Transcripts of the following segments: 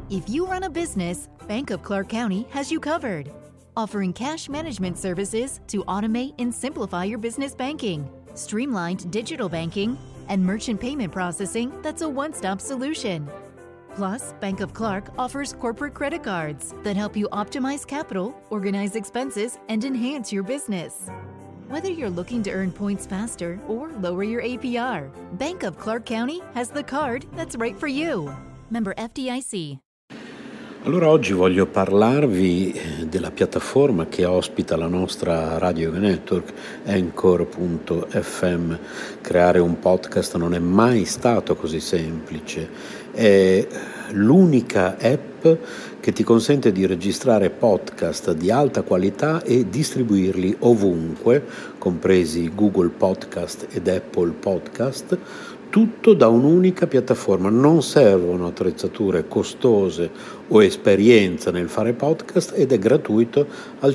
If you run a business, Bank of Clark County has you covered. Offering cash management services to automate and simplify your business banking, streamlined digital banking, and merchant payment processing that's a one-stop solution. Plus, Bank of Clark offers corporate credit cards that help you optimize capital, organize expenses, and enhance your business. Whether you're looking to earn points faster or lower your APR, Bank of Clark County has the card that's right for you. Member FDIC. Allora oggi voglio parlarvi della piattaforma che ospita la nostra Radio Yoga Network, Anchor.fm. Creare un podcast non è mai stato così semplice. È l'unica app che ti consente di registrare podcast di alta qualità e distribuirli ovunque, compresi Google Podcast ed Apple Podcast, tutto da un'unica piattaforma. Non servono attrezzature costose o esperienza nel fare podcast ed è gratuito al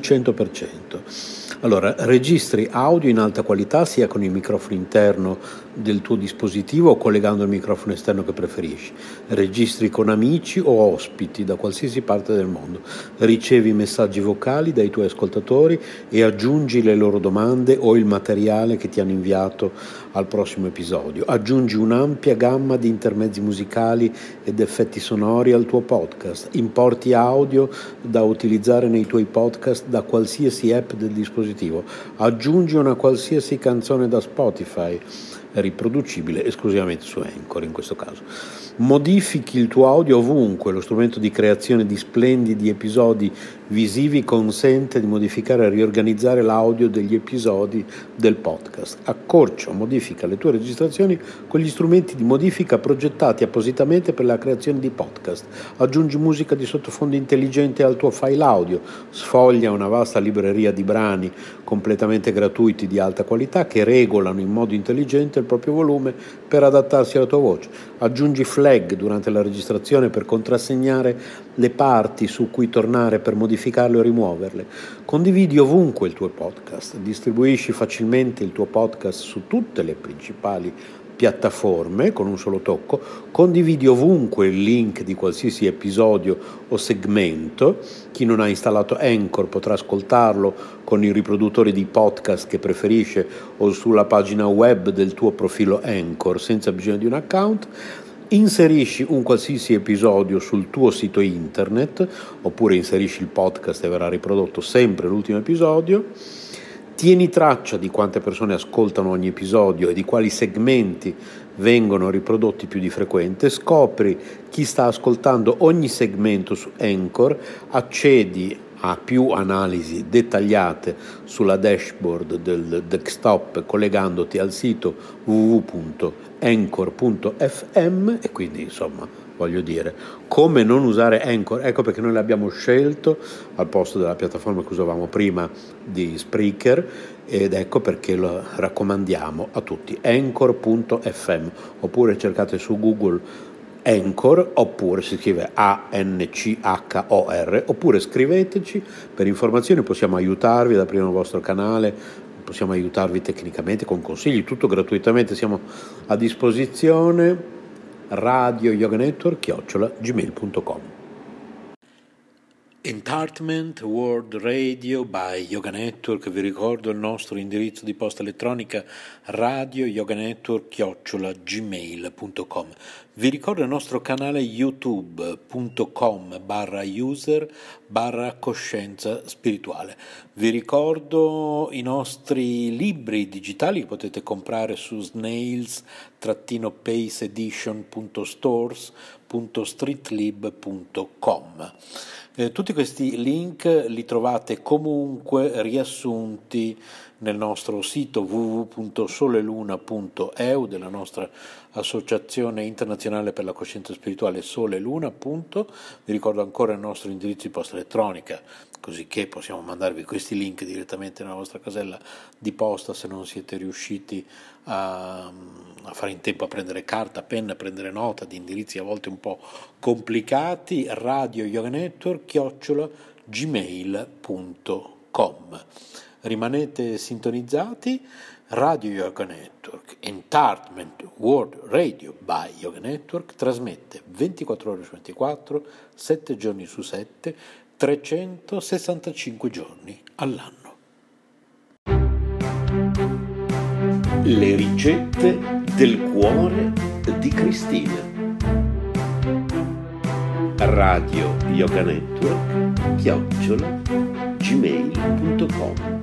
100%. Allora, registri audio in alta qualità sia con il microfono interno del tuo dispositivo o collegando il microfono esterno che preferisci. Registri con amici o ospiti da qualsiasi parte del mondo. Ricevi messaggi vocali dai tuoi ascoltatori e aggiungi le loro domande o il materiale che ti hanno inviato al prossimo episodio. Aggiungi un'ampia gamma di intermezzi musicali ed effetti sonori al tuo podcast. Importi audio da utilizzare nei tuoi podcast da qualsiasi app del dispositivo. Aggiungi una qualsiasi canzone da Spotify, riproducibile esclusivamente su Anchor in questo caso. Modifichi il tuo audio ovunque. Lo strumento di creazione di splendidi episodi visivi consente di modificare e riorganizzare l'audio degli episodi del podcast. Accorcia o modifica le tue registrazioni con gli strumenti di modifica progettati appositamente per la creazione di podcast. Aggiungi musica di sottofondo intelligente al tuo file audio. Sfoglia una vasta libreria di brani completamente gratuiti di alta qualità che regolano in modo intelligente il proprio volume per adattarsi alla tua voce. Aggiungi flag durante la registrazione per contrassegnare le parti su cui tornare per modificarle o rimuoverle. Condividi ovunque il tuo podcast. Distribuisci facilmente il tuo podcast su tutte le principali piattaforme con un solo tocco. Condividi ovunque il link di qualsiasi episodio o segmento. Chi non ha installato Anchor potrà ascoltarlo con i riproduttori di podcast che preferisce o sulla pagina web del tuo profilo Anchor senza bisogno di un account. Inserisci un qualsiasi episodio sul tuo sito internet oppure inserisci il podcast e verrà riprodotto sempre l'ultimo episodio. Tieni traccia di quante persone ascoltano ogni episodio e di quali segmenti vengono riprodotti più di frequente. Scopri chi sta ascoltando ogni segmento su Anchor, accedi a più analisi dettagliate sulla dashboard del desktop collegandoti al sito www.anchor.fm e quindi insomma voglio dire come non usare Anchor. Ecco perché noi l'abbiamo scelto al posto della piattaforma che usavamo prima di Spreaker ed ecco perché lo raccomandiamo a tutti. Anchor.fm oppure cercate su Google Anchor oppure si scrive Anchor oppure scriveteci per informazioni, possiamo aiutarvi ad aprire il vostro canale, possiamo aiutarvi tecnicamente con consigli, tutto gratuitamente, siamo a disposizione. Radio Yoga Network @gmail.com. Entertainment World Radio by Yoga Network. Vi ricordo il nostro indirizzo di posta elettronica radioyoganetwork@gmail.com. Vi ricordo il nostro canale youtube.com/user/coscienza spirituale. Vi ricordo i nostri libri digitali che potete comprare su snails-paceedition.stores.streetlib.com. Tutti questi link li trovate comunque riassunti nel nostro sito www.soleluna.eu della nostra associazione internazionale per la coscienza spirituale Sole Luna. Vi ricordo ancora il nostro indirizzo di posta elettronica, così che possiamo mandarvi questi link direttamente nella vostra casella di posta se non siete riusciti a fare in tempo a prendere carta, penna, a prendere nota di indirizzi a volte un po' complicati. Radio Yoga Network @gmail.com. Rimanete sintonizzati, Radio Yoga Network, Entertainment World Radio by Yoga Network, trasmette 24 ore su 24, 7 giorni su 7, 365 giorni all'anno. Le ricette del cuore di Cristina. Radio Yoga Network @gmail.com.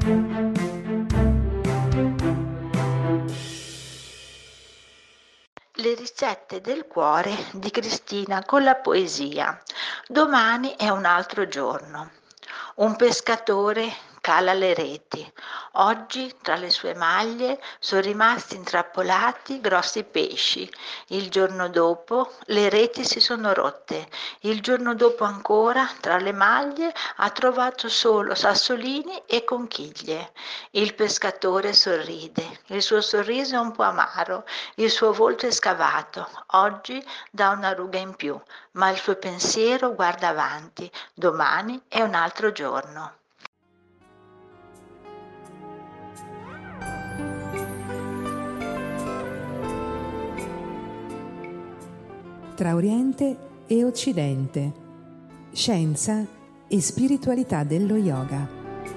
Le ricette del cuore di Cristina con la poesia. Domani è un altro giorno. Un pescatore cala le reti. Oggi tra le sue maglie sono rimasti intrappolati grossi pesci. Il giorno dopo le reti si sono rotte. Il giorno dopo ancora tra le maglie ha trovato solo sassolini e conchiglie. Il pescatore sorride. Il suo sorriso è un po' amaro. Il suo volto è scavato. Oggi dà una ruga in più, ma il suo pensiero guarda avanti. Domani è un altro giorno. Tra Oriente e Occidente, scienza e spiritualità dello yoga.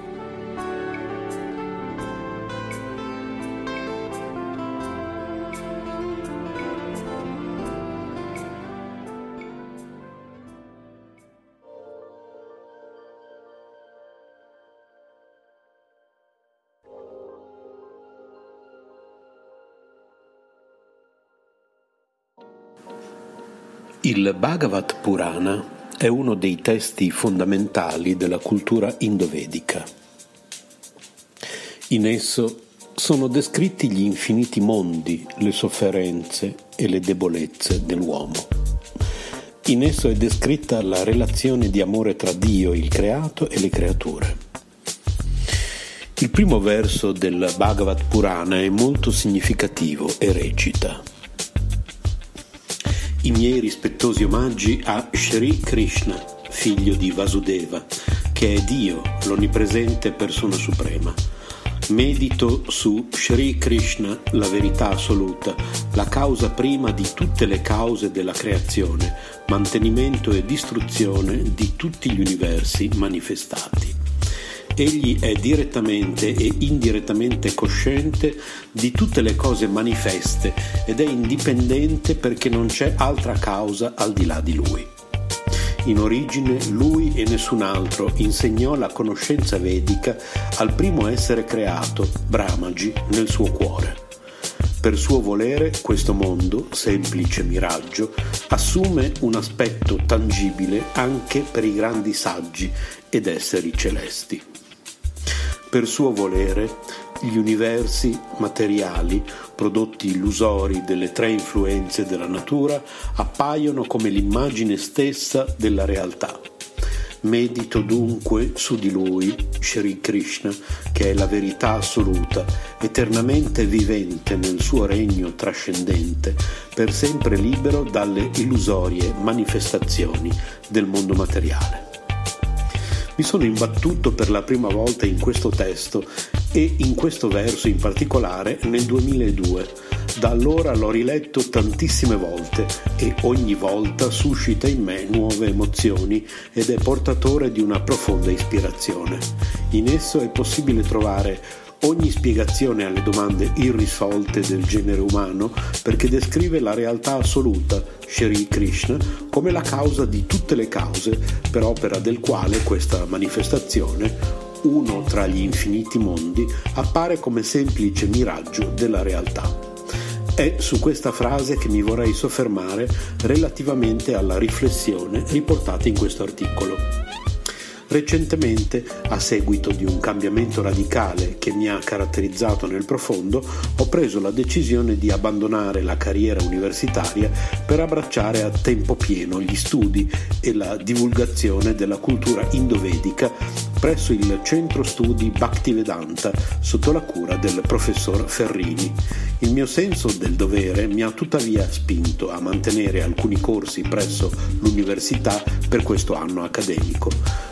Il Bhagavad Purana è uno dei testi fondamentali della cultura indovedica. In esso sono descritti gli infiniti mondi, le sofferenze e le debolezze dell'uomo. In esso è descritta la relazione di amore tra Dio, il creato, e le creature. Il primo verso del Bhagavad Purana è molto significativo e recita: I miei rispettosi omaggi a Shri Krishna, figlio di Vasudeva, che è Dio, l'onnipresente persona suprema. Medito su Shri Krishna, la verità assoluta, la causa prima di tutte le cause della creazione, mantenimento e distruzione di tutti gli universi manifestati. Egli è direttamente e indirettamente cosciente di tutte le cose manifeste ed è indipendente perché non c'è altra causa al di là di lui. In origine lui e nessun altro insegnò la conoscenza vedica al primo essere creato, Brahmaji, nel suo cuore. Per suo volere questo mondo, semplice miraggio, assume un aspetto tangibile anche per i grandi saggi ed esseri celesti. Per suo volere, gli universi materiali, prodotti illusori delle tre influenze della natura, appaiono come l'immagine stessa della realtà. Medito dunque su di lui, Shri Krishna, che è la verità assoluta, eternamente vivente nel suo regno trascendente, per sempre libero dalle illusorie manifestazioni del mondo materiale. Mi sono imbattuto per la prima volta in questo testo e in questo verso in particolare nel 2002. Da allora l'ho riletto tantissime volte e ogni volta suscita in me nuove emozioni ed è portatore di una profonda ispirazione. In esso è possibile trovare ogni spiegazione alle domande irrisolte del genere umano, perché descrive la realtà assoluta, Shri Krishna, come la causa di tutte le cause, per opera del quale questa manifestazione, uno tra gli infiniti mondi, appare come semplice miraggio della realtà. È su questa frase che mi vorrei soffermare relativamente alla riflessione riportata in questo articolo. Recentemente, a seguito di un cambiamento radicale che mi ha caratterizzato nel profondo, ho preso la decisione di abbandonare la carriera universitaria per abbracciare a tempo pieno gli studi e la divulgazione della cultura indovedica presso il Centro Studi Bhaktivedanta sotto la cura del professor Ferrini. Il mio senso del dovere mi ha tuttavia spinto a mantenere alcuni corsi presso l'università per questo anno accademico.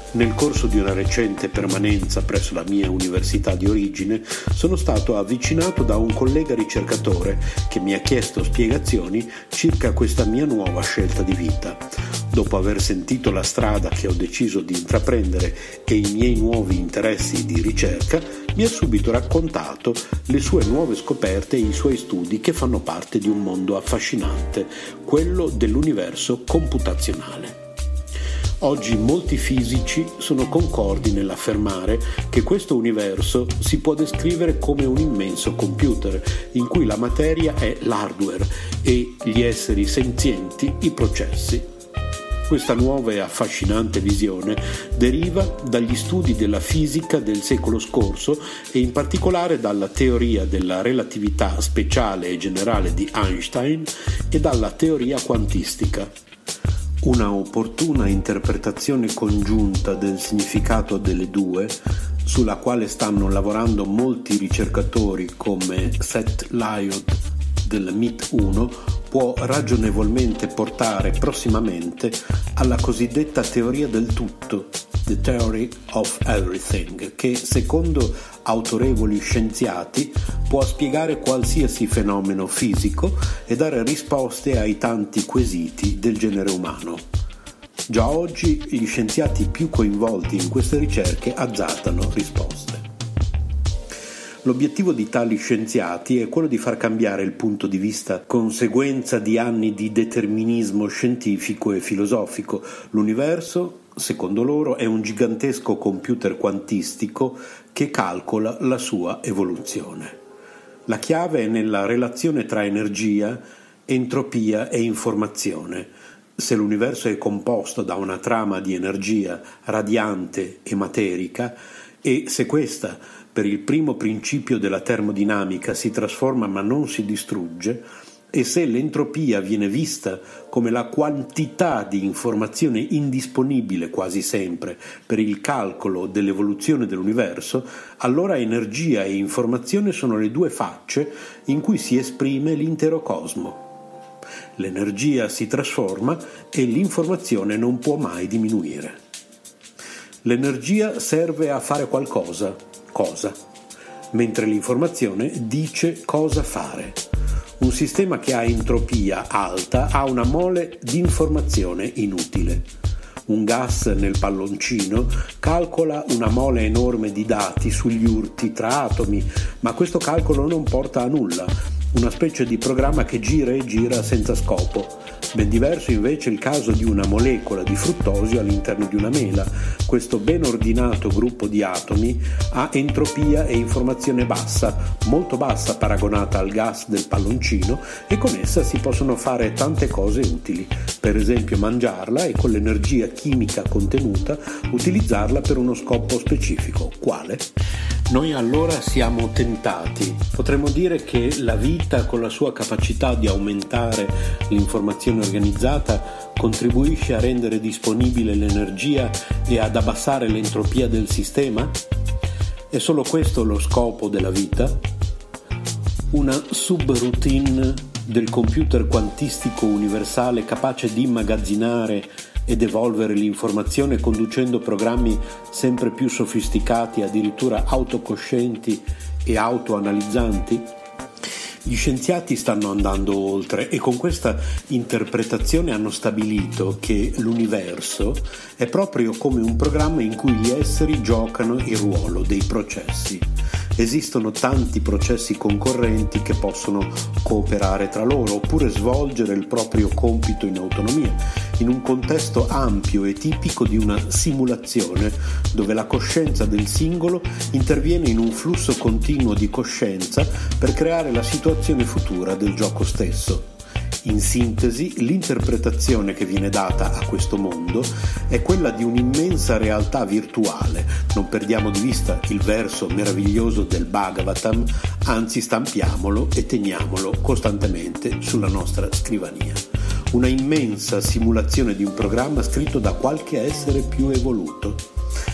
Nel corso di una recente permanenza presso la mia università di origine sono stato avvicinato da un collega ricercatore che mi ha chiesto spiegazioni circa questa mia nuova scelta di vita. Dopo aver sentito la strada che ho deciso di intraprendere e i miei nuovi interessi di ricerca, mi ha subito raccontato le sue nuove scoperte e i suoi studi che fanno parte di un mondo affascinante, quello dell'universo computazionale. Oggi molti fisici sono concordi nell'affermare che questo universo si può descrivere come un immenso computer in cui la materia è l'hardware e gli esseri senzienti i processi. Questa nuova e affascinante visione deriva dagli studi della fisica del secolo scorso e in particolare dalla teoria della relatività speciale e generale di Einstein e dalla teoria quantistica. Una opportuna interpretazione congiunta del significato delle due, sulla quale stanno lavorando molti ricercatori come Seth Lyot del MIT 1, può ragionevolmente portare prossimamente alla cosiddetta teoria del tutto, The Theory of Everything, che secondo autorevoli scienziati può spiegare qualsiasi fenomeno fisico e dare risposte ai tanti quesiti del genere umano. Già oggi gli scienziati più coinvolti in queste ricerche azzardano risposte. L'obiettivo di tali scienziati è quello di far cambiare il punto di vista, conseguenza di anni di determinismo scientifico e filosofico. L'universo, secondo loro, è un gigantesco computer quantistico che calcola la sua evoluzione. La chiave è nella relazione tra energia, entropia e informazione. Se l'universo è composto da una trama di energia radiante e materica, e se questa, per il primo principio della termodinamica, si trasforma ma non si distrugge, e se l'entropia viene vista come la quantità di informazione indisponibile quasi sempre per il calcolo dell'evoluzione dell'universo, allora energia e informazione sono le due facce in cui si esprime l'intero cosmo. L'energia si trasforma e l'informazione non può mai diminuire. L'energia serve a fare qualcosa, cosa, mentre l'informazione dice cosa fare. Un sistema che ha entropia alta ha una mole di informazione inutile. Un gas nel palloncino calcola una mole enorme di dati sugli urti tra atomi, ma questo calcolo non porta a nulla, una specie di programma che gira e gira senza scopo. Ben diverso invece il caso di una molecola di fruttosio all'interno di una mela. Questo ben ordinato gruppo di atomi ha entropia e informazione bassa, molto bassa paragonata al gas del palloncino, e con essa si possono fare tante cose utili, per esempio mangiarla e con l'energia chimica contenuta utilizzarla per uno scopo specifico. Quale? Noi allora siamo tentati. Potremmo dire che la vita, con la sua capacità di aumentare l'informazione organizzata, contribuisce a rendere disponibile l'energia e ad abbassare l'entropia del sistema? È solo questo lo scopo della vita? Una subroutine del computer quantistico universale capace di immagazzinare ed evolvere l'informazione conducendo programmi sempre più sofisticati, addirittura autocoscienti e autoanalizzanti? Gli scienziati stanno andando oltre e con questa interpretazione hanno stabilito che l'universo è proprio come un programma in cui gli esseri giocano il ruolo dei processi. Esistono tanti processi concorrenti che possono cooperare tra loro oppure svolgere il proprio compito in autonomia, in un contesto ampio e tipico di una simulazione dove la coscienza del singolo interviene in un flusso continuo di coscienza per creare la situazione futura del gioco stesso. In sintesi, l'interpretazione che viene data a questo mondo è quella di un'immensa realtà virtuale. Non perdiamo di vista il verso meraviglioso del Bhagavatam, anzi stampiamolo e teniamolo costantemente sulla nostra scrivania. Una immensa simulazione di un programma scritto da qualche essere più evoluto.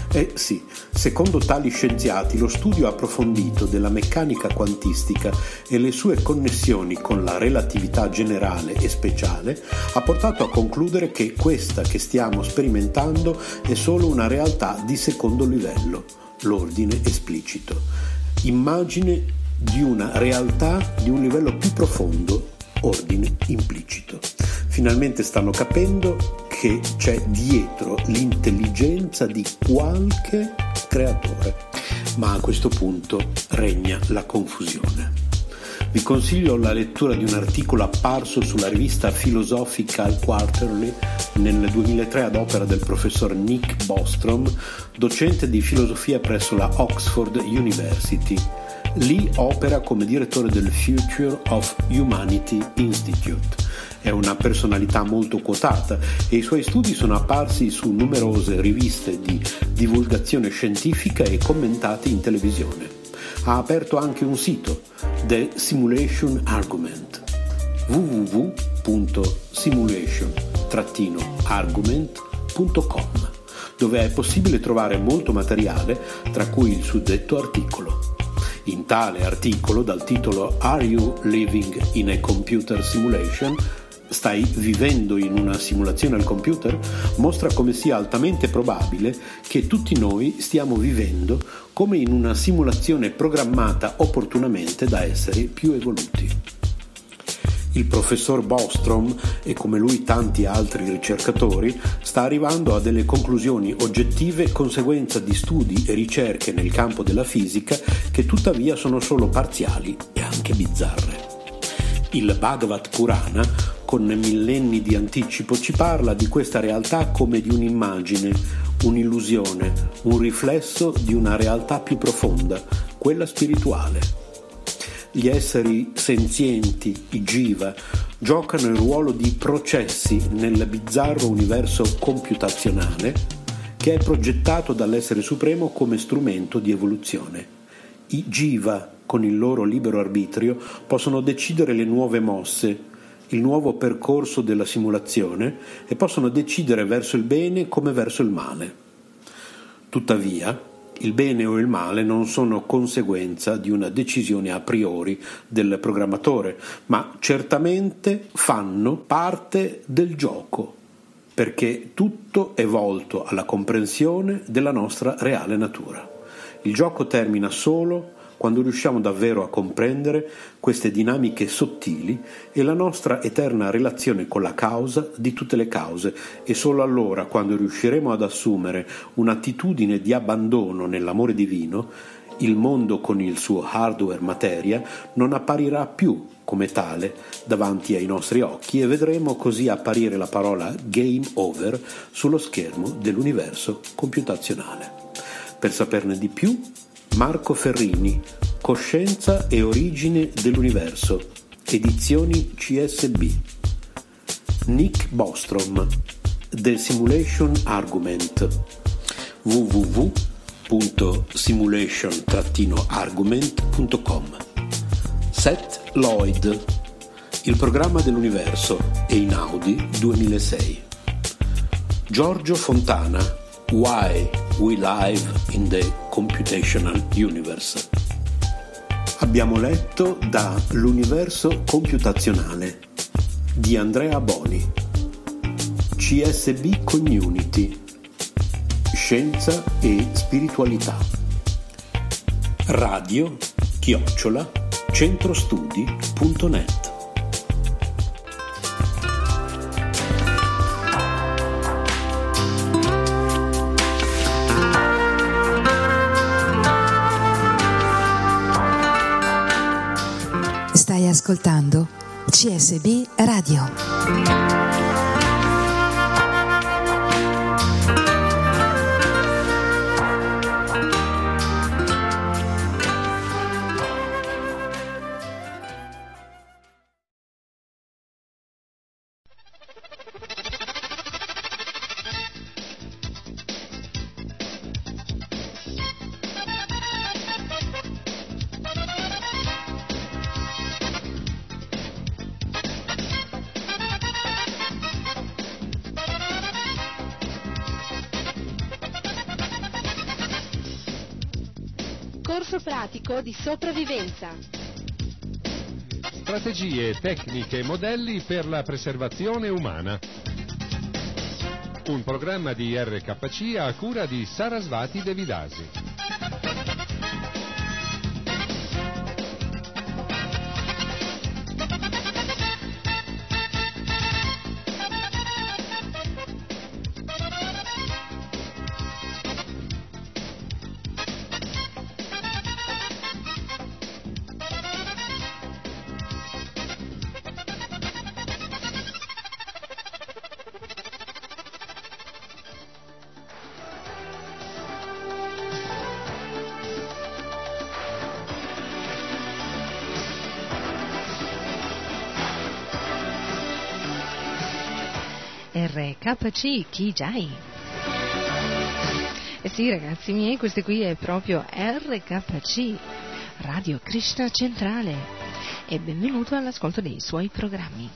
Sì, secondo tali scienziati lo studio approfondito della meccanica quantistica e le sue connessioni con la relatività generale e speciale ha portato a concludere che questa che stiamo sperimentando è solo una realtà di secondo livello, l'ordine esplicito, immagine di una realtà di un livello più profondo, ordine implicito. Finalmente stanno capendo che c'è dietro l'intelligenza di qualche creatore, ma a questo punto regna la confusione. Vi consiglio la lettura di un articolo apparso sulla rivista Philosophical Quarterly nel 2003 ad opera del professor Nick Bostrom, docente di filosofia presso la Oxford University. Lì opera come direttore del Future of Humanity Institute. È una personalità molto quotata e i suoi studi sono apparsi su numerose riviste di divulgazione scientifica e commentati in televisione. Ha aperto anche un sito, The Simulation Argument, www.simulation-argument.com, dove è possibile trovare molto materiale, tra cui il suddetto articolo. In tale articolo, dal titolo Are You Living in a Computer Simulation? Stai vivendo in una simulazione al computer? Mostra come sia altamente probabile che tutti noi stiamo vivendo come in una simulazione programmata opportunamente da esseri più evoluti. Il professor Bostrom, e come lui tanti altri ricercatori, sta arrivando a delle conclusioni oggettive conseguenza di studi e ricerche nel campo della fisica che tuttavia sono solo parziali e anche bizzarre. Il Bhagavad Purana, con millenni di anticipo, ci parla di questa realtà come di un'immagine, un'illusione, un riflesso di una realtà più profonda, quella spirituale. Gli esseri senzienti, i jiva, giocano il ruolo di processi nel bizzarro universo computazionale che è progettato dall'essere supremo come strumento di evoluzione. I jiva, con il loro libero arbitrio, possono decidere le nuove mosse, il nuovo percorso della simulazione e possono decidere verso il bene come verso il male. Tuttavia, il bene o il male non sono conseguenza di una decisione a priori del programmatore, ma certamente fanno parte del gioco, perché tutto è volto alla comprensione della nostra reale natura. Il gioco termina solo quando riusciamo davvero a comprendere queste dinamiche sottili e la nostra eterna relazione con la causa di tutte le cause, e solo allora, quando riusciremo ad assumere un'attitudine di abbandono nell'amore divino, il mondo con il suo hardware materia non apparirà più come tale davanti ai nostri occhi e vedremo così apparire la parola Game Over sullo schermo dell'universo computazionale. Per saperne di più, Marco Ferrini, Coscienza e origine dell'universo, edizioni CSB. Nick Bostrom, The Simulation Argument, www.simulation-argument.com. Seth Lloyd, Il programma dell'universo, Einaudi 2006. Giorgio Fontana, Why We Live in the Computational Universe. Abbiamo letto da L'universo computazionale di Andrea Boni, CSB Community, Scienza e Spiritualità, radio@centrostudi.net. Stai ascoltando CSB Radio. Corso pratico di sopravvivenza. Strategie, tecniche e modelli per la preservazione umana. Un programma di RKC a cura di Sarasvati Devidasi. RKC Kijai. Eh sì, ragazzi miei, questo qui è proprio RKC, Radio Krishna Centrale, e benvenuto all'ascolto dei suoi programmi.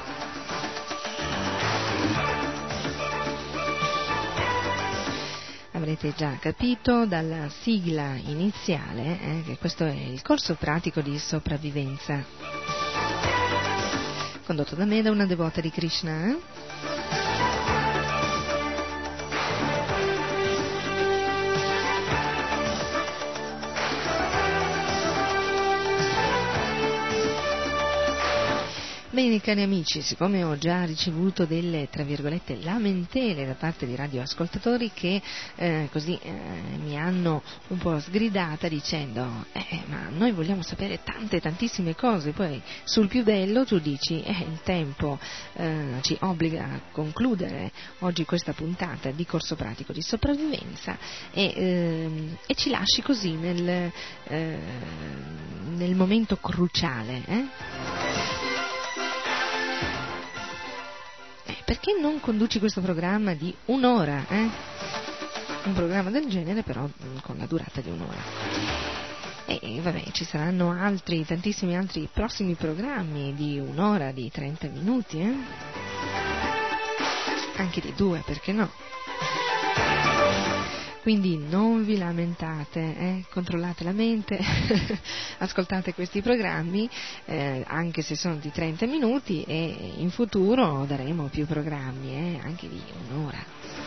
Avrete già capito dalla sigla iniziale che questo è il corso pratico di sopravvivenza, condotto da me, da una devota di Krishna. Bene, cari amici, siccome ho già ricevuto delle, tra virgolette, lamentele da parte di radioascoltatori che mi hanno un po' sgridata dicendo ma noi vogliamo sapere tantissime cose, poi sul più bello tu dici il tempo ci obbliga a concludere oggi questa puntata di corso pratico di sopravvivenza e ci lasci così nel momento cruciale. Perché non conduci questo programma di un'ora? Un programma del genere però con la durata di un'ora. E vabbè, ci saranno tantissimi altri prossimi programmi di un'ora, di 30 minuti, anche di 2, perché no? Quindi non vi lamentate, controllate la mente, ascoltate questi programmi, anche se sono di 30 minuti, e in futuro daremo più programmi, anche di un'ora.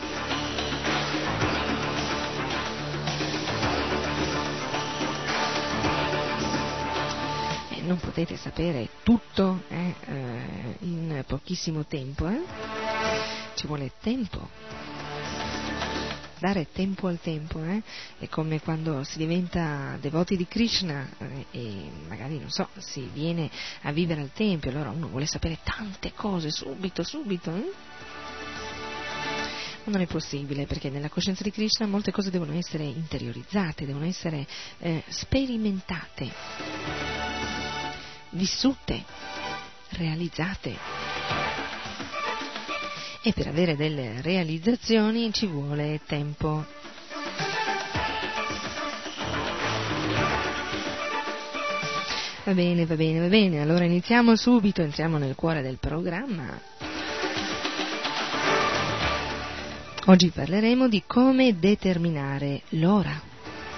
Non potete sapere tutto in pochissimo tempo, ci vuole tempo. Dare tempo al tempo, è come quando si diventa devoti di Krishna e magari, non so, si viene a vivere al tempio, allora uno vuole sapere tante cose subito, ma non è possibile, perché nella coscienza di Krishna molte cose devono essere interiorizzate, devono essere sperimentate, vissute, realizzate. E per avere delle realizzazioni ci vuole tempo. Va bene. Allora iniziamo subito, entriamo nel cuore del programma. Oggi parleremo di come determinare l'ora.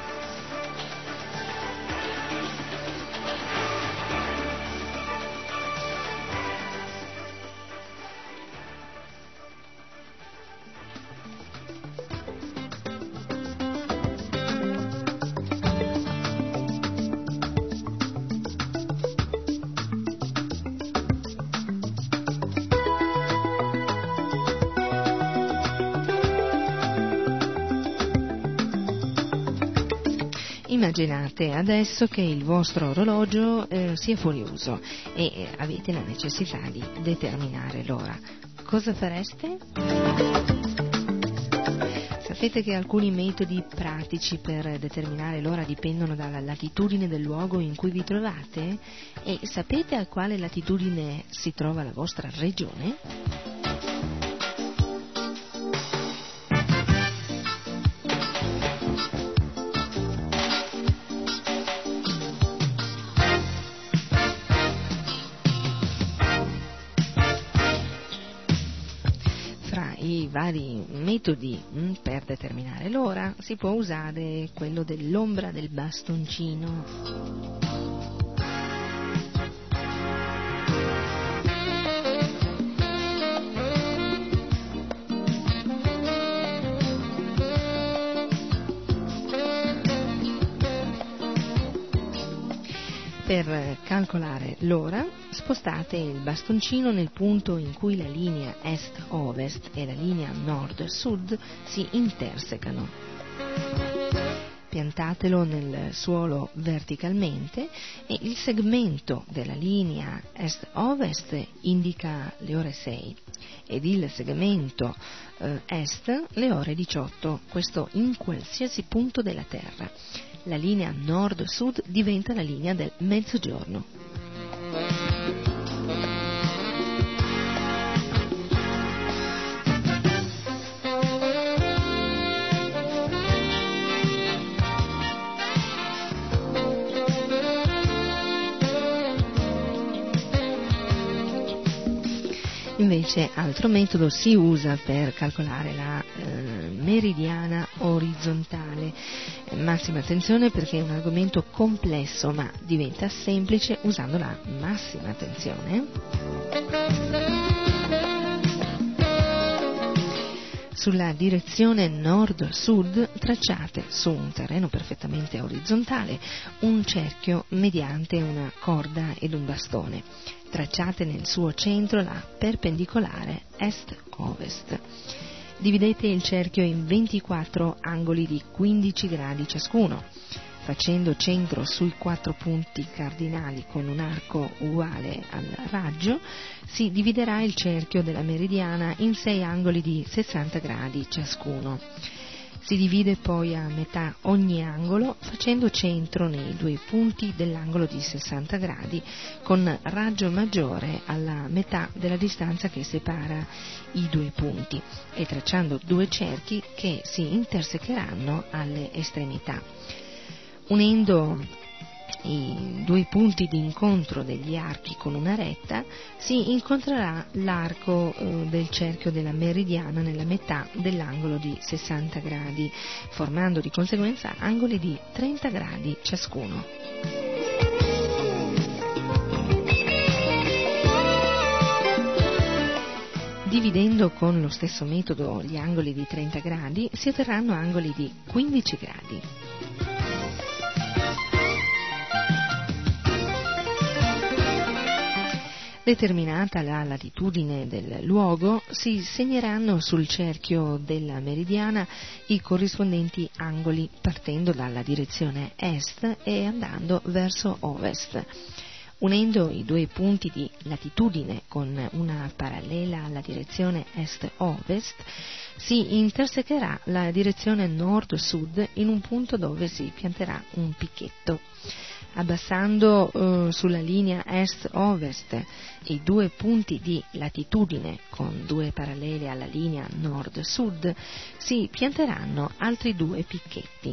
Immaginate adesso che il vostro orologio sia fuori uso e avete la necessità di determinare l'ora. Cosa fareste? Sapete che alcuni metodi pratici per determinare l'ora dipendono dalla latitudine del luogo in cui vi trovate? E sapete a quale latitudine si trova la vostra regione? vari metodi per determinare l'ora, si può usare quello dell'ombra del bastoncino. Per calcolare l'ora, spostate il bastoncino nel punto in cui la linea est-ovest e la linea nord-sud si intersecano. Piantatelo nel suolo verticalmente e il segmento della linea est-ovest indica le ore 6 ed il segmento est le ore 18, questo in qualsiasi punto della Terra. La linea nord-sud diventa la linea del mezzogiorno. Invece altro metodo si usa per calcolare la meridiana orizzontale. Massima attenzione perché è un argomento complesso, ma diventa semplice usando la massima attenzione. Sulla direzione nord-sud tracciate su un terreno perfettamente orizzontale un cerchio mediante una corda ed un bastone. Tracciate nel suo centro la perpendicolare est-ovest. Dividete il cerchio in 24 angoli di 15 gradi ciascuno. Facendo centro sui 4 punti cardinali con un arco uguale al raggio, si dividerà il cerchio della meridiana in 6 angoli di 60 gradi ciascuno. Si divide poi a metà ogni angolo facendo centro nei 2 punti dell'angolo di 60 gradi con raggio maggiore alla metà della distanza che separa i 2 punti e tracciando 2 cerchi che si intersecheranno alle estremità. Unendo i 2 punti di incontro degli archi con una retta si incontrerà l'arco del cerchio della meridiana nella metà dell'angolo di 60 gradi, formando di conseguenza angoli di 30 gradi ciascuno. Dividendo con lo stesso metodo gli angoli di 30 gradi si otterranno angoli di 15 gradi. Determinata la latitudine del luogo, si segneranno sul cerchio della meridiana i corrispondenti angoli partendo dalla direzione est e andando verso ovest. Unendo i 2 punti di latitudine con una parallela alla direzione est-ovest, si intersecherà la direzione nord-sud in un punto dove si pianterà un picchetto. Abbassando sulla linea est-ovest i 2 punti di latitudine con 2 parallele alla linea nord-sud, si pianteranno altri 2 picchetti.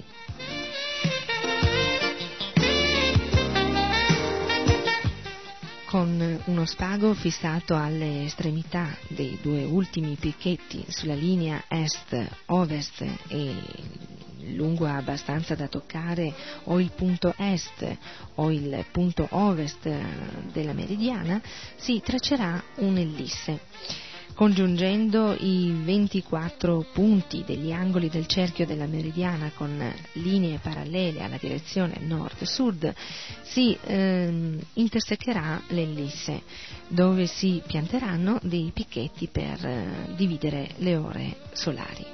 Con uno spago fissato alle estremità dei 2 ultimi picchetti sulla linea est-ovest e lungo abbastanza da toccare o il punto est o il punto ovest della meridiana, si traccerà un'ellisse. Congiungendo i 24 punti degli angoli del cerchio della meridiana con linee parallele alla direzione nord-sud, si intersecherà l'ellisse, dove si pianteranno dei picchetti per dividere le ore solari.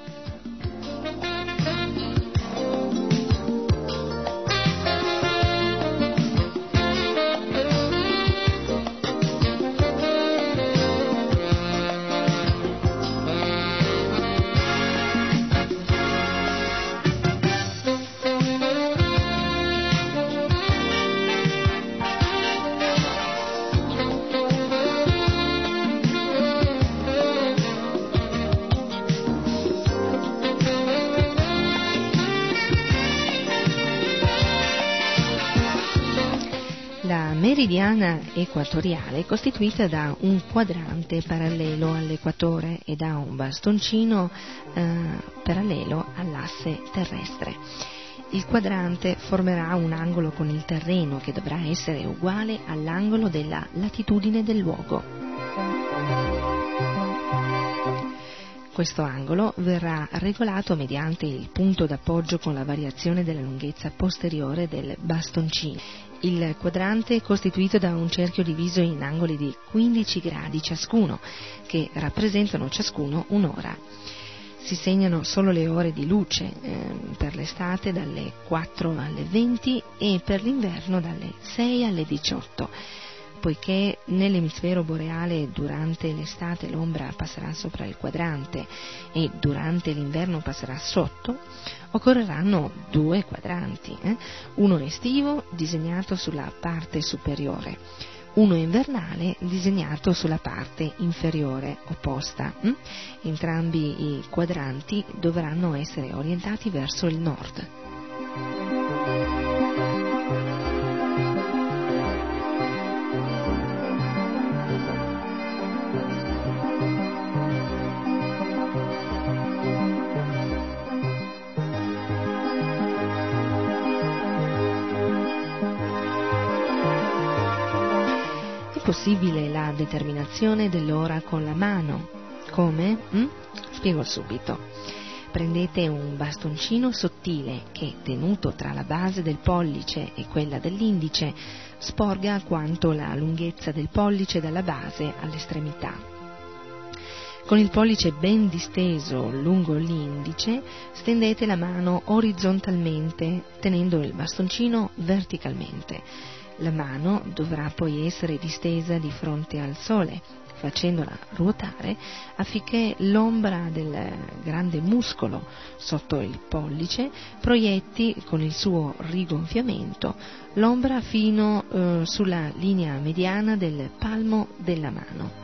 meridiana equatoriale è costituita da un quadrante parallelo all'equatore e da un bastoncino parallelo all'asse terrestre. Il quadrante formerà un angolo con il terreno che dovrà essere uguale all'angolo della latitudine del luogo. Questo angolo verrà regolato mediante il punto d'appoggio con la variazione della lunghezza posteriore del bastoncino. Il quadrante è costituito da un cerchio diviso in angoli di 15 gradi ciascuno, che rappresentano ciascuno un'ora. Si segnano solo le ore di luce, per l'estate dalle 4 alle 20 e per l'inverno dalle 6 alle 18. Poiché nell'emisfero boreale durante l'estate l'ombra passerà sopra il quadrante e durante l'inverno passerà sotto, occorreranno 2 quadranti, uno estivo disegnato sulla parte superiore, uno invernale disegnato sulla parte inferiore opposta. Entrambi i quadranti dovranno essere orientati verso il nord. Possibile la determinazione dell'ora con la mano. Come? Spiego subito. Prendete un bastoncino sottile che, tenuto tra la base del pollice e quella dell'indice, sporga quanto la lunghezza del pollice dalla base all'estremità. Con il pollice ben disteso lungo l'indice, stendete la mano orizzontalmente, tenendo il bastoncino verticalmente. La mano dovrà poi essere distesa di fronte al sole, facendola ruotare affinché l'ombra del grande muscolo sotto il pollice proietti con il suo rigonfiamento l'ombra fino sulla linea mediana del palmo della mano.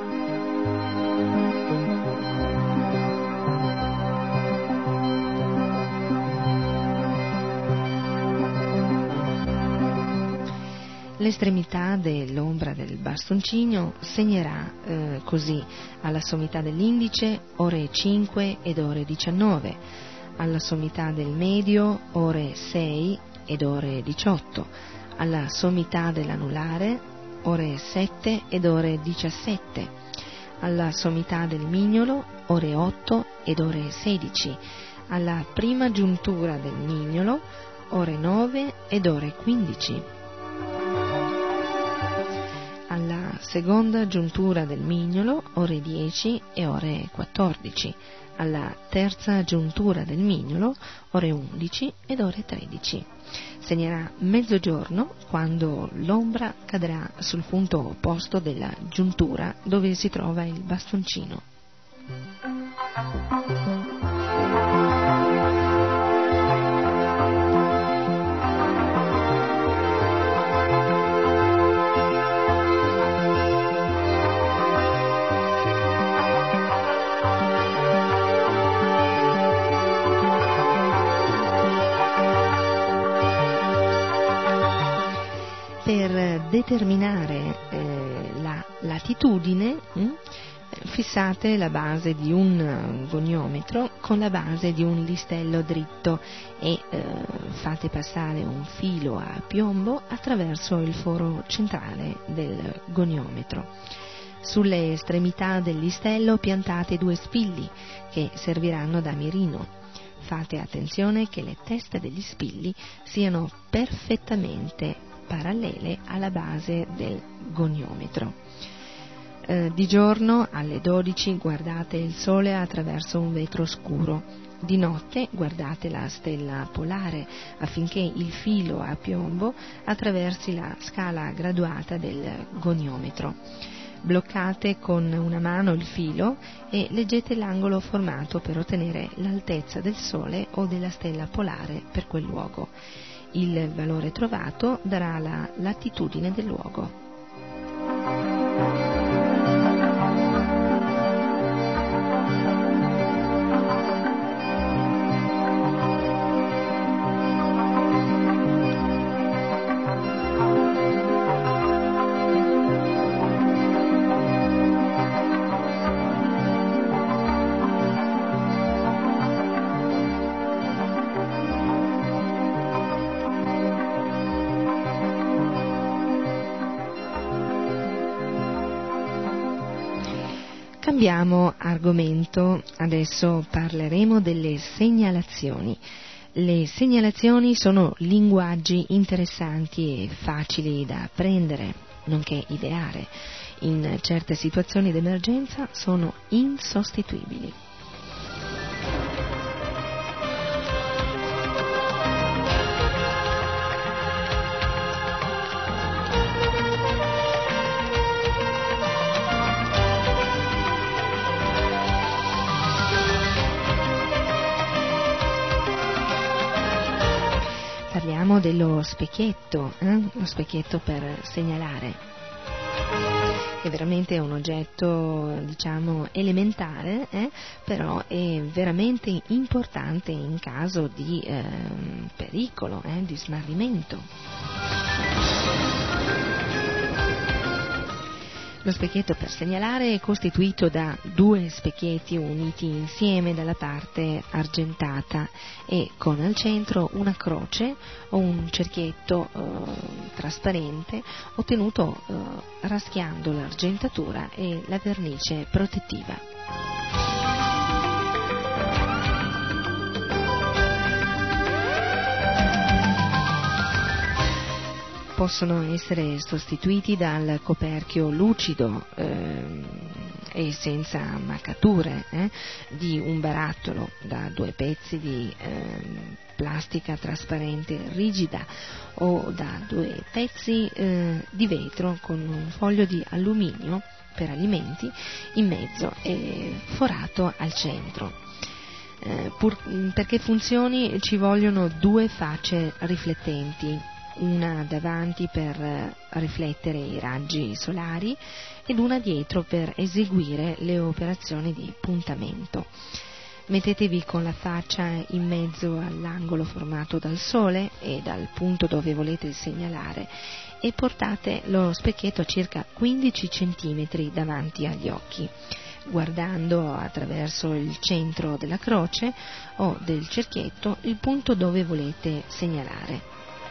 L'estremità dell'ombra del bastoncino segnerà così alla sommità dell'indice ore 5 ed ore 19, alla sommità del medio ore 6 ed ore 18, alla sommità dell'anulare ore 7 ed ore 17, alla sommità del mignolo ore 8 ed ore 16, alla prima giuntura del mignolo ore 9 ed ore 15. Alla seconda giuntura del mignolo ore 10 e ore 14, alla terza giuntura del mignolo ore 11 ed ore 13. Segnerà mezzogiorno quando l'ombra cadrà sul punto opposto della giuntura dove si trova il bastoncino. Per determinare la latitudine fissate la base di un goniometro con la base di un listello dritto e fate passare un filo a piombo attraverso il foro centrale del goniometro. Sulle estremità del listello piantate 2 spilli che serviranno da mirino. Fate attenzione che le teste degli spilli siano perfettamente parallele alla base del goniometro. Di giorno alle 12 guardate il sole attraverso un vetro scuro. Di notte guardate la stella polare affinché il filo a piombo attraversi la scala graduata del goniometro. Bloccate con una mano il filo e leggete l'angolo formato per ottenere l'altezza del sole o della stella polare per quel luogo. Il valore trovato darà la latitudine del luogo. Cambiamo argomento, adesso parleremo delle segnalazioni. Le segnalazioni sono linguaggi interessanti e facili da apprendere, nonché ideare. In certe situazioni d'emergenza sono insostituibili. Parliamo dello specchietto, lo specchietto per segnalare. È veramente un oggetto, diciamo, elementare, però è veramente importante in caso di pericolo, di smarrimento. Lo specchietto per segnalare è costituito da 2 specchietti uniti insieme dalla parte argentata e con al centro una croce o un cerchietto trasparente ottenuto raschiando l'argentatura e la vernice protettiva. Possono essere sostituiti dal coperchio lucido e senza maccature di un barattolo, da 2 pezzi di plastica trasparente rigida o da 2 pezzi di vetro con un foglio di alluminio per alimenti in mezzo e forato al centro. Perché funzioni ci vogliono 2 facce riflettenti, una davanti per riflettere i raggi solari ed una dietro per eseguire le operazioni di puntamento. Mettetevi con la faccia in mezzo all'angolo formato dal sole e dal punto dove volete segnalare e portate lo specchietto a circa 15 cm davanti agli occhi, guardando attraverso il centro della croce o del cerchietto il punto dove volete segnalare.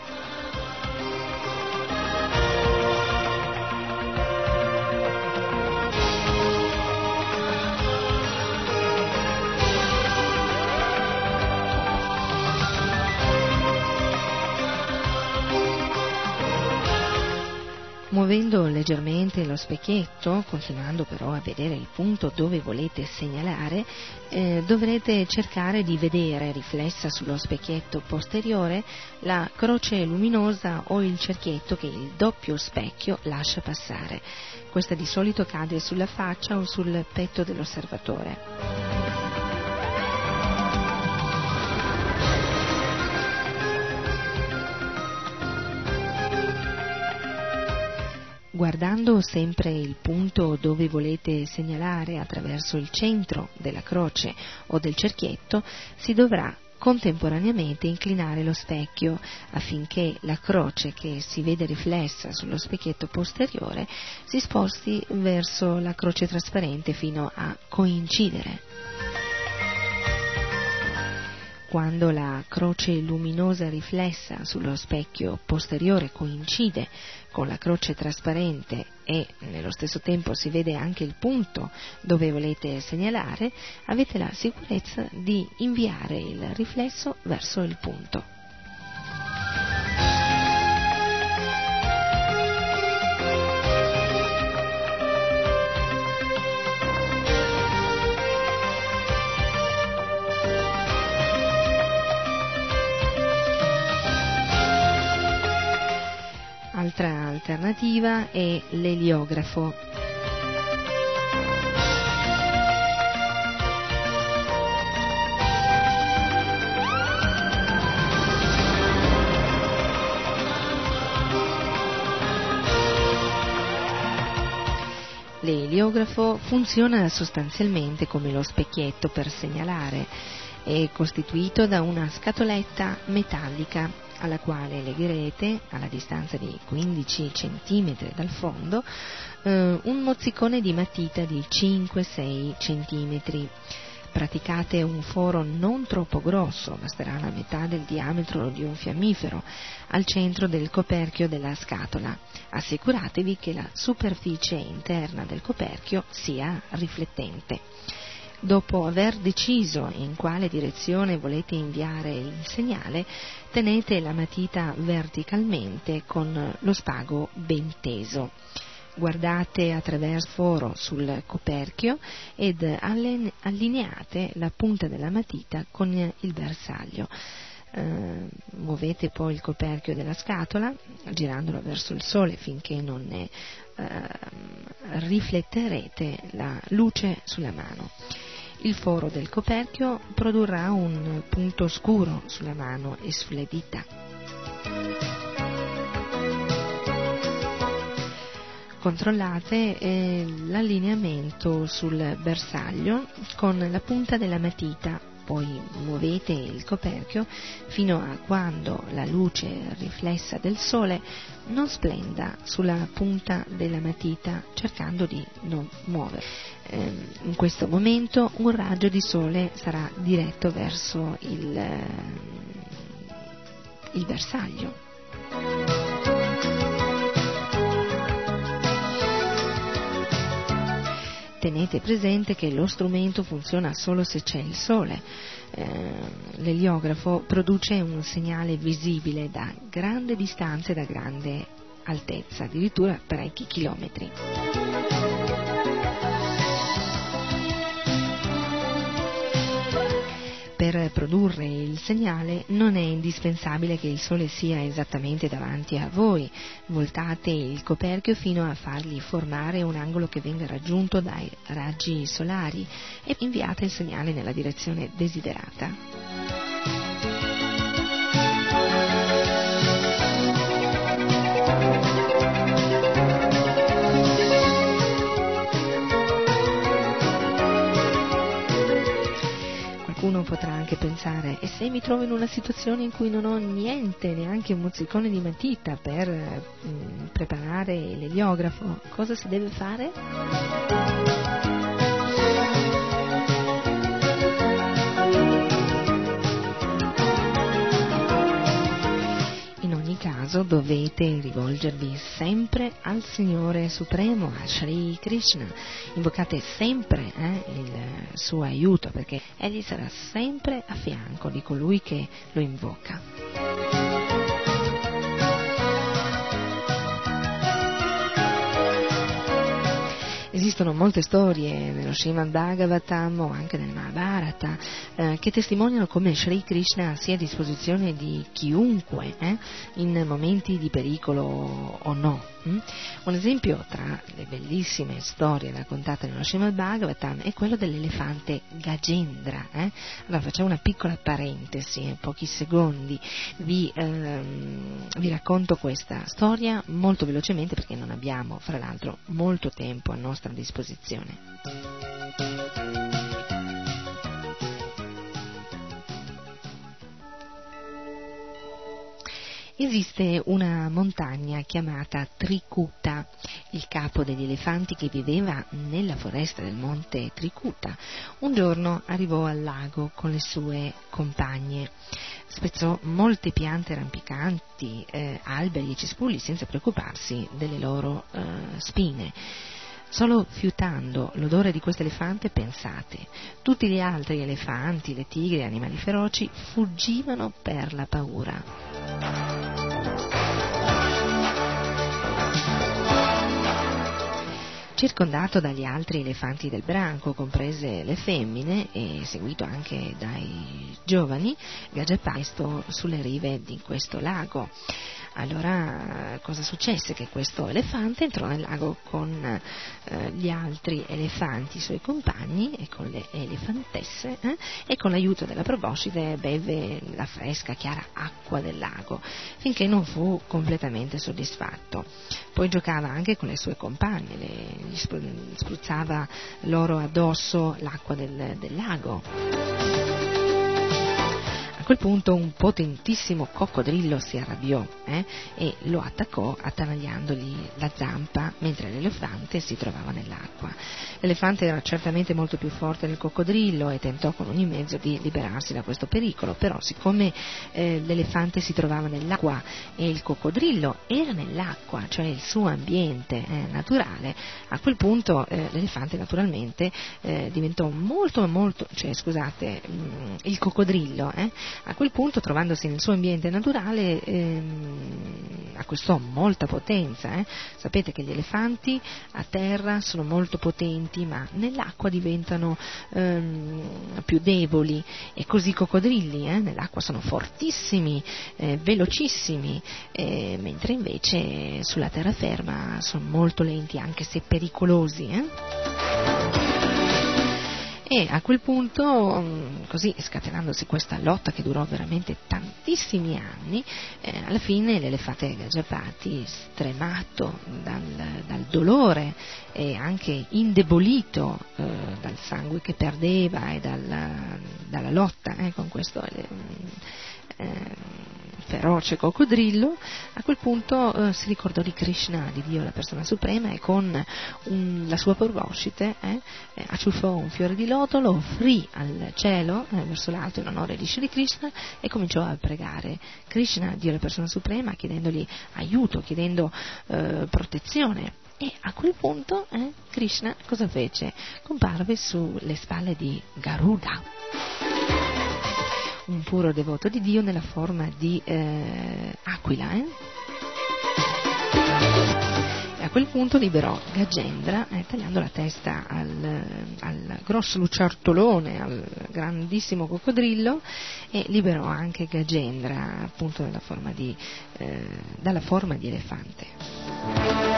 Muovendo leggermente lo specchietto, continuando però a vedere il punto dove volete segnalare, dovrete cercare di vedere riflessa sullo specchietto posteriore la croce luminosa o il cerchietto che il doppio specchio lascia passare. Questa di solito cade sulla faccia o sul petto dell'osservatore. Guardando sempre il punto dove volete segnalare attraverso il centro della croce o del cerchietto, si dovrà contemporaneamente inclinare lo specchio affinché la croce che si vede riflessa sullo specchietto posteriore si sposti verso la croce trasparente fino a coincidere. Quando la croce luminosa riflessa sullo specchio posteriore coincide con la croce trasparente e nello stesso tempo si vede anche il punto dove volete segnalare, avete la sicurezza di inviare il riflesso verso il punto. Altra alternativa è l'eliografo. L'eliografo funziona sostanzialmente come lo specchietto per segnalare. È costituito da una scatoletta metallica alla quale legherete, alla distanza di 15 cm dal fondo, un mozzicone di matita di 5-6 cm. praticate un foro non troppo grosso, basterà la metà del diametro di un fiammifero, al centro del coperchio della scatola. Assicuratevi che la superficie interna del coperchio sia riflettente. Dopo aver deciso in quale direzione volete inviare il segnale, tenete la matita verticalmente con lo spago ben teso. Guardate attraverso il foro sul coperchio ed allineate la punta della matita con il bersaglio. Muovete poi il coperchio della scatola girandolo verso il sole finché non ne rifletterete la luce sulla mano. Il foro del coperchio produrrà un punto scuro sulla mano e sulle dita. Controllate l'allineamento sul bersaglio con la punta della matita, poi muovete il coperchio fino a quando la luce riflessa del sole non splenda sulla punta della matita, cercando di non muovere. In questo momento un raggio di sole sarà diretto verso il bersaglio. Tenete presente che lo strumento funziona solo se c'è il sole. L'eliografo produce un segnale visibile da grande distanza e da grande altezza, addirittura parecchi chilometri. Per produrre il segnale non è indispensabile che il sole sia esattamente davanti a voi. Voltate il coperchio fino a fargli formare un angolo che venga raggiunto dai raggi solari e inviate il segnale nella direzione desiderata. Qualcuno potrà anche pensare: e se mi trovo in una situazione in cui non ho niente, neanche un mozzicone di matita per preparare l'eliografo, cosa si deve fare? Caso dovete rivolgervi sempre al Signore Supremo, a Shri Krishna. Invocate sempre il suo aiuto, perché Egli sarà sempre a fianco di colui che lo invoca. Esistono molte storie nello Srimad Bhagavatam o anche nel Mahabharata che testimoniano come Shri Krishna sia a disposizione di chiunque in momenti di pericolo o no. Un esempio tra le bellissime storie raccontate nello Srimad Bhagavatam è quello dell'elefante Gajendra. Allora facciamo una piccola parentesi, in pochi secondi vi racconto questa storia molto velocemente, perché non abbiamo fra l'altro molto tempo a nostra disposizione. Esiste una montagna chiamata Trikuta, il capo degli elefanti che viveva nella foresta del monte Trikuta. Un giorno arrivò al lago con le sue compagne, spezzò molte piante rampicanti, alberi e cespugli senza preoccuparsi delle loro spine. Solo fiutando l'odore di questo elefante, pensate, tutti gli altri elefanti, le tigri e animali feroci fuggivano per la paura. Circondato dagli altri elefanti del branco, comprese le femmine, e seguito anche dai giovani, Gajappa sulle rive di questo lago. Allora cosa successe? Che questo elefante entrò nel lago con gli altri elefanti, i suoi compagni, e con le elefantesse, e con l'aiuto della proboscide beve la fresca, chiara acqua del lago, finché non fu completamente soddisfatto. Poi giocava anche con le sue compagne, gli spruzzava loro addosso l'acqua del lago. A quel punto un potentissimo coccodrillo si arrabbiò e lo attaccò attanagliandogli la zampa mentre l'elefante si trovava nell'acqua. L'elefante era certamente molto più forte del coccodrillo e tentò con ogni mezzo di liberarsi da questo pericolo, però siccome l'elefante si trovava nell'acqua e il coccodrillo era nell'acqua, cioè il suo ambiente naturale, a quel punto l'elefante naturalmente diventò il coccodrillo a quel punto, trovandosi nel suo ambiente naturale, acquistò molta potenza. Sapete che gli elefanti a terra sono molto potenti, ma nell'acqua diventano più deboli, e così i coccodrilli nell'acqua sono fortissimi, velocissimi, mentre invece sulla terraferma sono molto lenti, anche se pericolosi. E a quel punto, così scatenandosi questa lotta che durò veramente tantissimi anni, alla fine l'elefante Gajapati, stremato dal dolore e anche indebolito dal sangue che perdeva e dalla lotta con questo feroce coccodrillo, a quel punto si ricordò di Krishna, di Dio, la persona suprema, e con la sua proboscite acciuffò un fiore di loto, lo offrì al cielo verso l'alto in onore di Shri Krishna e cominciò a pregare Krishna, Dio, la persona suprema, chiedendogli aiuto, chiedendo protezione. E a quel punto Krishna cosa fece? Comparve sulle spalle di Garuda, un puro devoto di Dio nella forma di aquila. E a quel punto liberò Gajendra, tagliando la testa al grosso lucertolone, al grandissimo coccodrillo, e liberò anche Gajendra appunto dalla forma di elefante.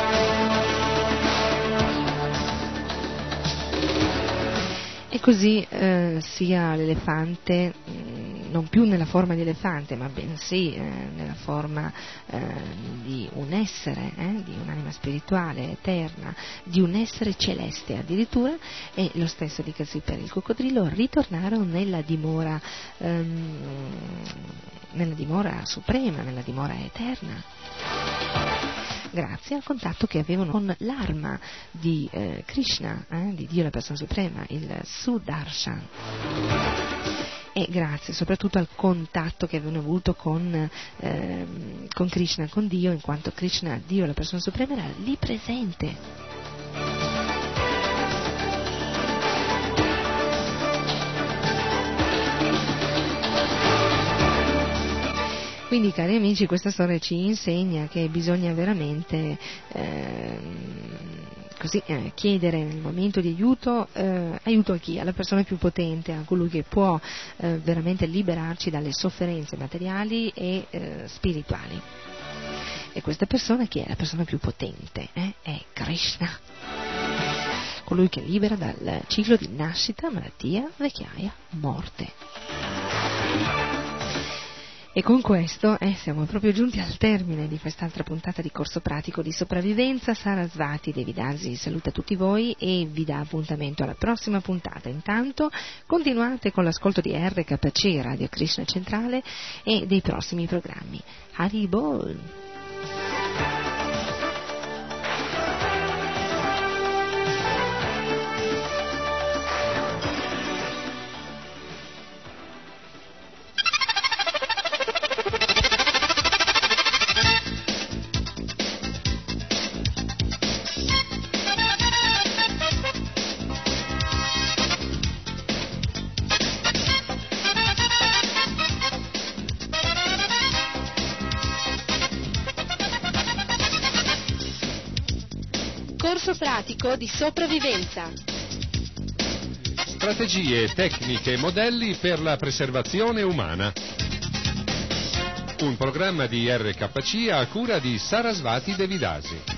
E così sia l'elefante, non più nella forma di elefante, ma bensì nella forma di un essere, di un'anima spirituale, eterna, di un essere celeste addirittura, e lo stesso dicasi per il coccodrillo, ritornarono nella dimora suprema, nella dimora eterna, grazie al contatto che avevano con l'arma di Krishna, di Dio la persona suprema, il Sudarshan, e grazie soprattutto al contatto che avevano avuto con Krishna, con Dio, in quanto Krishna, Dio la persona suprema, era lì presente. Quindi, cari amici, questa storia ci insegna che bisogna veramente chiedere nel momento di aiuto a chi? Alla persona più potente, a colui che può veramente liberarci dalle sofferenze materiali e spirituali. E questa persona chi è? La persona più potente è Krishna, colui che libera dal ciclo di nascita, malattia, vecchiaia, morte. E con questo siamo proprio giunti al termine di quest'altra puntata di Corso Pratico di Sopravvivenza. Sarasvati Devidasi saluta tutti voi e vi dà appuntamento alla prossima puntata. Intanto continuate con l'ascolto di RKC, Radio Krishna Centrale, e dei prossimi programmi. Hari Bol! Corso pratico di sopravvivenza. Strategie, tecniche e modelli per la preservazione umana. Un programma di RKC a cura di Sarasvati Devidasi.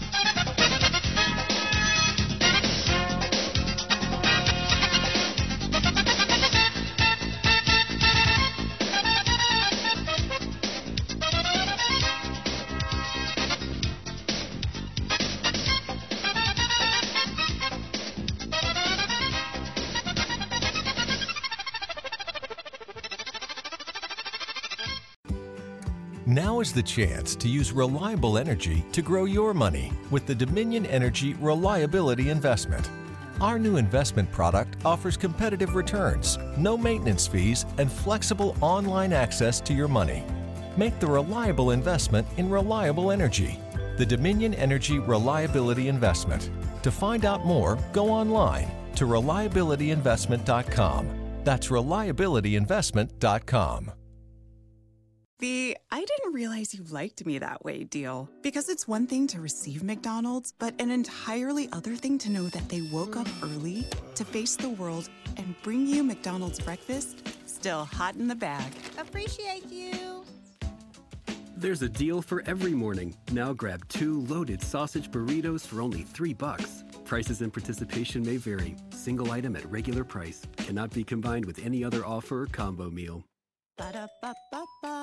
Now is the chance to use reliable energy to grow your money with the Dominion Energy Reliability Investment. Our new investment product offers competitive returns, no maintenance fees, and flexible online access to your money. Make the reliable investment in reliable energy. The Dominion Energy Reliability Investment. To find out more, go online to reliabilityinvestment.com. That's reliabilityinvestment.com. The I didn't realize you liked me that way deal. Because it's one thing to receive McDonald's, but an entirely other thing to know that they woke up early to face the world and bring you McDonald's breakfast still hot in the bag. Appreciate you. There's a deal for every morning. Now grab 2 loaded sausage burritos for only $3. Prices and participation may vary. Single item at regular price. Cannot be combined with any other offer or combo meal. Ba-da-ba-ba-ba.